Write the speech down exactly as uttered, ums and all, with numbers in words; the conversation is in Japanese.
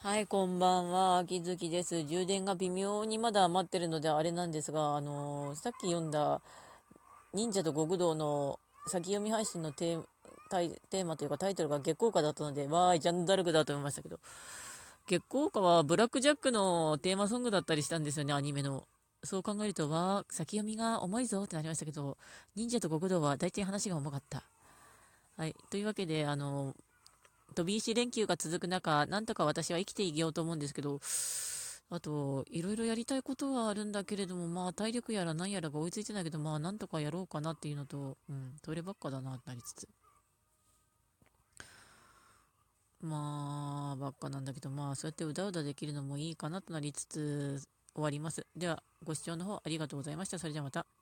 はい、こんばんは。秋月です。充電が微妙にまだ余ってるのであれなんですが、あのーさっき読んだ忍者と極道の先読み配信のテータイテーマというかタイトルが月光歌だったので、わーい、ジャンヌ・ダルクだと思いましたけど、月光歌はブラックジャックのテーマソングだったりしたんですよね、アニメの。そう考えると、わー、先読みが重いぞってなりましたけど、忍者と極道は大体話が重かった。はい、というわけで、あの飛び石連休が続く中、なんとか私は生きていけようと思うんですけど、あと、いろいろやりたいことはあるんだけれども、まあ、体力やら何やらが追いついてないけど、まあ、なんとかやろうかなっていうのと、うん、トイレばっかだな、なりつつ。まあ、ばっかなんだけど、まあ、そうやってうだうだできるのもいいかなとなりつつ、終わります。では、ご視聴の方ありがとうございました。それではまた。